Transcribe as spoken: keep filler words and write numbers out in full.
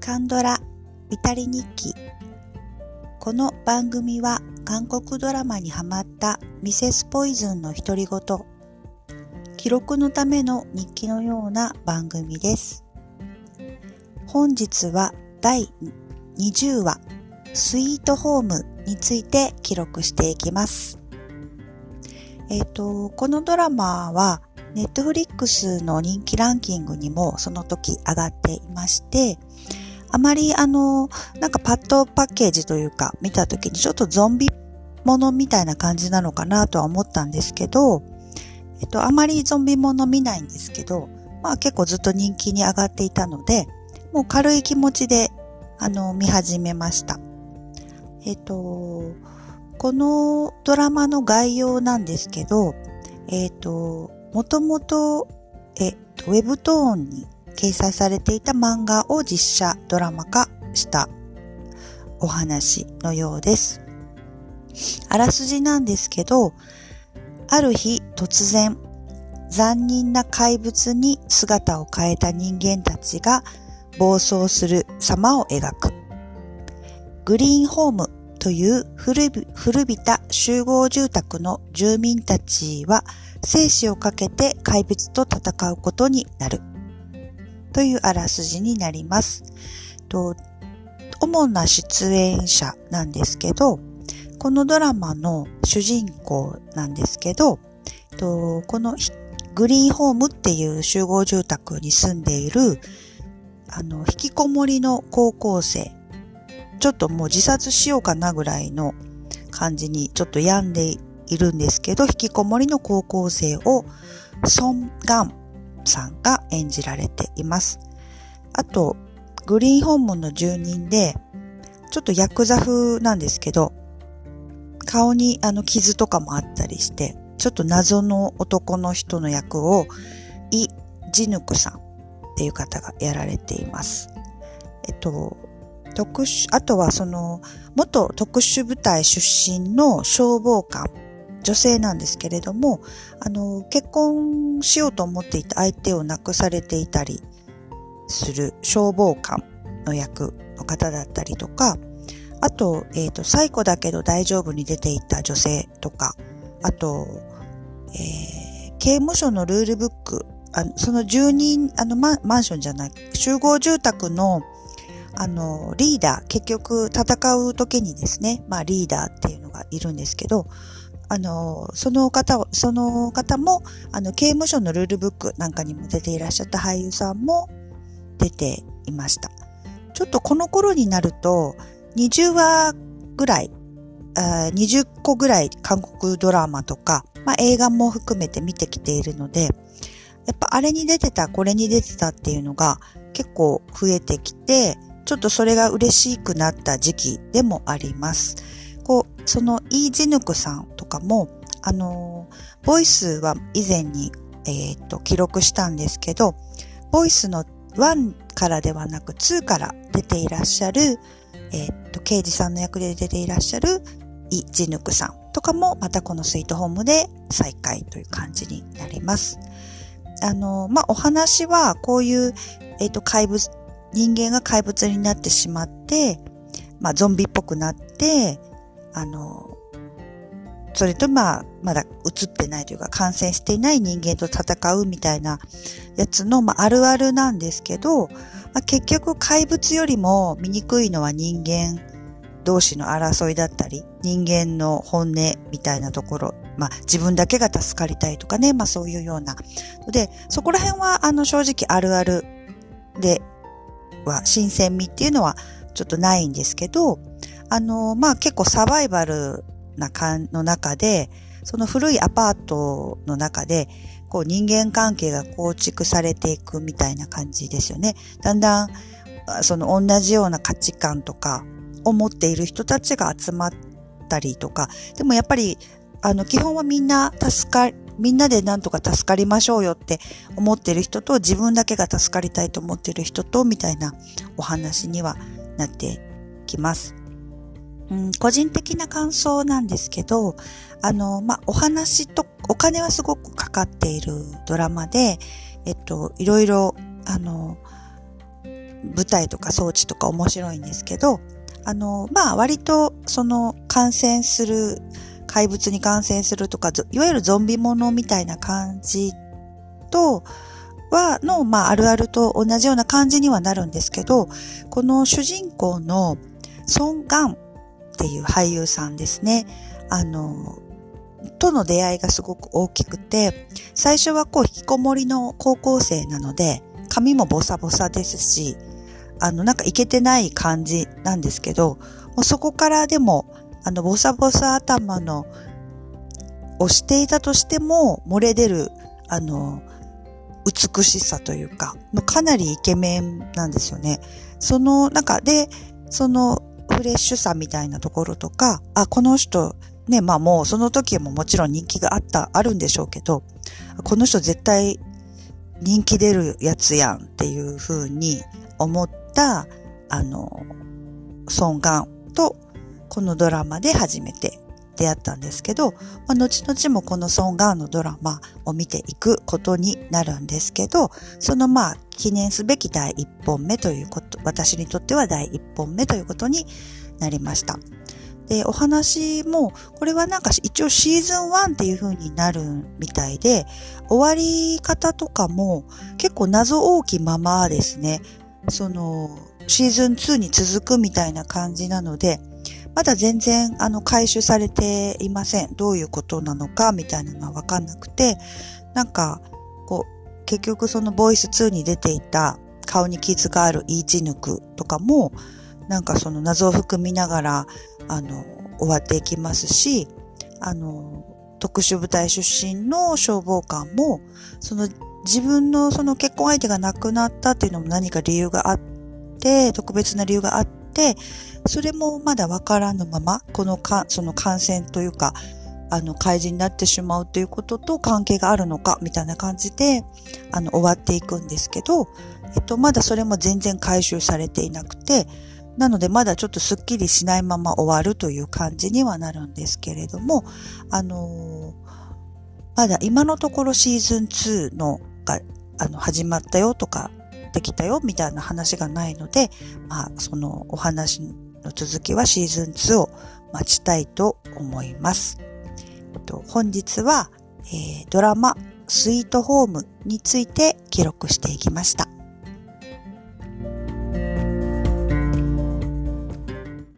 カンドラビタリ日記。この番組は韓国ドラマにハマったミセスポイズンの独り言、記録のための日記のような番組です。本日はだいにじゅうわスイートホームについて記録していきます。えっと、このドラマはネットフリックスの人気ランキングにもその時上がっていまして、あまりあの、なんかパッとパッケージというか見た時にちょっとゾンビものみたいな感じなのかなとは思ったんですけど、えっと、あまりゾンビもの見ないんですけど、まあ結構ずっと人気に上がっていたので、もう軽い気持ちであの、見始めました。えっと、このドラマの概要なんですけど、えっと、もともと、えっと、ウェブトーンに掲載されていた漫画を実写ドラマ化したお話のようです。あらすじなんですけど、ある日突然、残忍な怪物に姿を変えた人間たちが暴走する様を描く。グリーンホームという古び、古びた集合住宅の住民たちは生死をかけて怪物と戦うことになるというあらすじになります。と、主な出演者なんですけど、このドラマの主人公なんですけど、とこのグリーンホームっていう集合住宅に住んでいるあの引きこもりの高校生、ちょっともう自殺しようかなぐらいの感じにちょっと病んでいるんですけど、引きこもりの高校生をソン・ガンさんが演じられています。あとグリーンホームの住人でちょっとヤクザ風なんですけど、顔にあの傷とかもあったりして、ちょっと謎の男の人の役をイ・ジヌクさんっていう方がやられています。えっと特殊、あとはその元特殊部隊出身の消防官、女性なんですけれども、あの結婚しようと思っていた相手を亡くされていたりする消防官の役の方だったりとか、あと、えっと、サイコだけど大丈夫に出ていた女性とか、あと、えー、刑務所のルールブック、あのその住人、あのマン、マンションじゃない、集合住宅のあの、リーダー、結局戦う時にですね、まあリーダーっていうのがいるんですけど、あの、その方を、その方も、あの、刑務所のルールブックなんかにも出ていらっしゃった俳優さんも出ていました。ちょっとこの頃になると、にじゅうわぐらい、にじゅっこぐらい韓国ドラマとか、まあ映画も含めて見てきているので、やっぱあれに出てた、これに出てたっていうのが結構増えてきて、ちょっとそれが嬉しくなった時期でもあります。こう、そのイ・ジヌクさんとかも、あの、ボイスは以前に、えっと、記録したんですけど、ボイスのワンからではなくツーから出ていらっしゃる、えっと、刑事さんの役で出ていらっしゃるイ・ジヌクさんとかも、またこのスイートホームで再会という感じになります。あの、まあ、お話はこういう、えっと、怪物、人間が怪物になってしまって、まあ、ゾンビっぽくなって、あの、それとまあ、まだ映ってないというか、感染していない人間と戦うみたいなやつの、まあ、あるあるなんですけど、まあ、結局怪物よりも醜いのは人間同士の争いだったり、人間の本音みたいなところ、まあ、自分だけが助かりたいとかね、まあ、そういうような。で、そこら辺は、あの、正直あるあるで、は新鮮味っていうのはちょっとないんですけど、あの、まあ、結構サバイバルな感の中で、その古いアパートの中で、こう人間関係が構築されていくみたいな感じですよね。だんだん、その同じような価値観とかを持っている人たちが集まったりとか、でもやっぱり、あの、基本はみんな助か、みんなでなんとか助かりましょうよって思ってる人と、自分だけが助かりたいと思ってる人とみたいなお話にはなってきます。うん、個人的な感想なんですけど、あの、まあ、お話とお金はすごくかかっているドラマで、えっと、いろいろ、あの、 舞台とか装置とか面白いんですけど、あの、まあ割とその感染する、怪物に感染するとか、いわゆるゾンビものみたいな感じとは、の、まああるあると同じような感じにはなるんですけど、この主人公のソン・ガンっていう俳優さんですね。あの、との出会いがすごく大きくて、最初はこう引きこもりの高校生なので、髪もボサボサですし、あのなんかイケてない感じなんですけど、もうそこからでも、あのボサボサ頭のをしていたとしても漏れ出るあの美しさというか、かなりイケメンなんですよね。その中で、そのフレッシュさみたいなところとか、あ、この人ね、まあもうその時ももちろん人気があった、あるんでしょうけど、この人絶対人気出るやつやんっていう風に思った、あの、ソン・ガンとこのドラマで初めて出会ったんですけど、まあ、後々もこのソン・ガンのドラマを見ていくことになるんですけど、そのまあ記念すべきだいいっぽんめということ、私にとってはだいいっぽんめということになりました。で、お話も、これはなんか一応シーズンワンっていう風になるみたいで、終わり方とかも結構謎多きままですね。その、シーズンツーに続くみたいな感じなので、まだ全然あの回収されていません。どういうことなのかみたいなのはわかんなくて、なんか、こう、結局そのボイスツーに出ていた顔に傷があるイーチヌクとかも、なんかその謎を含みながら、あの、終わっていきますし、あの、特殊部隊出身の消防官も、その自分のその結婚相手が亡くなったっていうのも何か理由があって、特別な理由があって、それもまだわからぬまま、このか、その感染というか、あの、開示になってしまうということと関係があるのか、みたいな感じで、あの、終わっていくんですけど、えっと、まだそれも全然回収されていなくて、なのでまだちょっとスッキリしないまま終わるという感じにはなるんですけれども、あのー、まだ今のところシーズンツーのが、あの、始まったよとか、できたよみたいな話がないので、まあ、そのお話の続きはシーズンツーを待ちたいと思います。えっと、本日は、えー、ドラマスイートホームについて記録していきました。